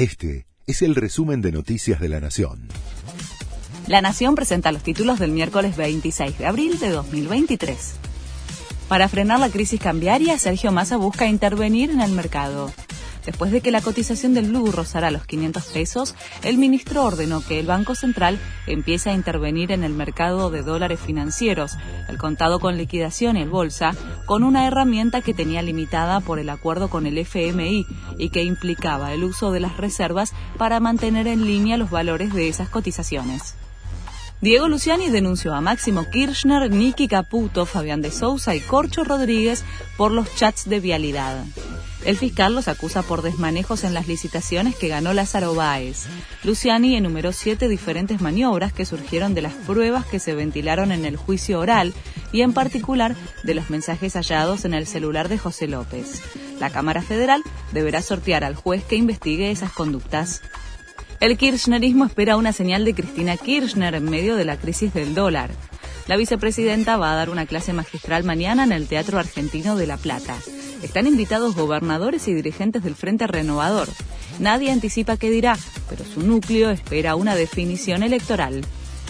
Este es el resumen de Noticias de la Nación. La Nación presenta los títulos del miércoles 26 de abril de 2023. Para frenar la crisis cambiaria, Sergio Massa busca intervenir en el mercado. Después de que la cotización del blue rozara los 500 pesos, el ministro ordenó que el Banco Central empiece a intervenir en el mercado de dólares financieros, el contado con liquidación y el bolsa, con una herramienta que tenía limitada por el acuerdo con el FMI y que implicaba el uso de las reservas para mantener en línea los valores de esas cotizaciones. Diego Luciani denunció a Máximo Kirchner, Nicky Caputo, Fabián de Sousa y Corcho Rodríguez por los chats de vialidad. El fiscal los acusa por desmanejos en las licitaciones que ganó Lázaro Báez. Luciani enumeró 7 diferentes maniobras que surgieron de las pruebas que se ventilaron en el juicio oral y en particular de los mensajes hallados en el celular de José López. La Cámara Federal deberá sortear al juez que investigue esas conductas. El kirchnerismo espera una señal de Cristina Kirchner en medio de la crisis del dólar. La vicepresidenta va a dar una clase magistral mañana en el Teatro Argentino de La Plata. Están invitados gobernadores y dirigentes del Frente Renovador. Nadie anticipa qué dirá, pero su núcleo espera una definición electoral.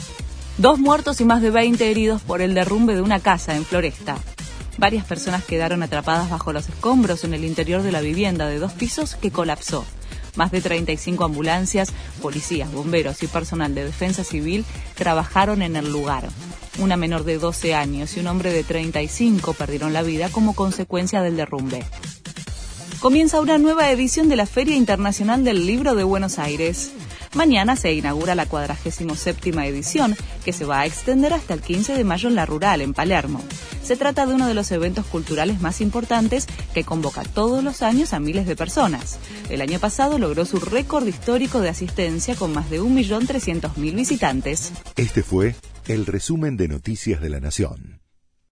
2 muertos y más de 20 heridos por el derrumbe de una casa en Floresta. Varias personas quedaron atrapadas bajo los escombros en el interior de la vivienda de 2 pisos que colapsó. Más de 35 ambulancias, policías, bomberos y personal de defensa civil trabajaron en el lugar. Una menor de 12 años y un hombre de 35 perdieron la vida como consecuencia del derrumbe. Comienza una nueva edición de la Feria Internacional del Libro de Buenos Aires. Mañana se inaugura la 47ª edición, que se va a extender hasta el 15 de mayo en La Rural, en Palermo. Se trata de uno de los eventos culturales más importantes que convoca todos los años a miles de personas. El año pasado logró su récord histórico de asistencia con más de 1.300.000 visitantes. Este fue el resumen de Noticias de la Nación.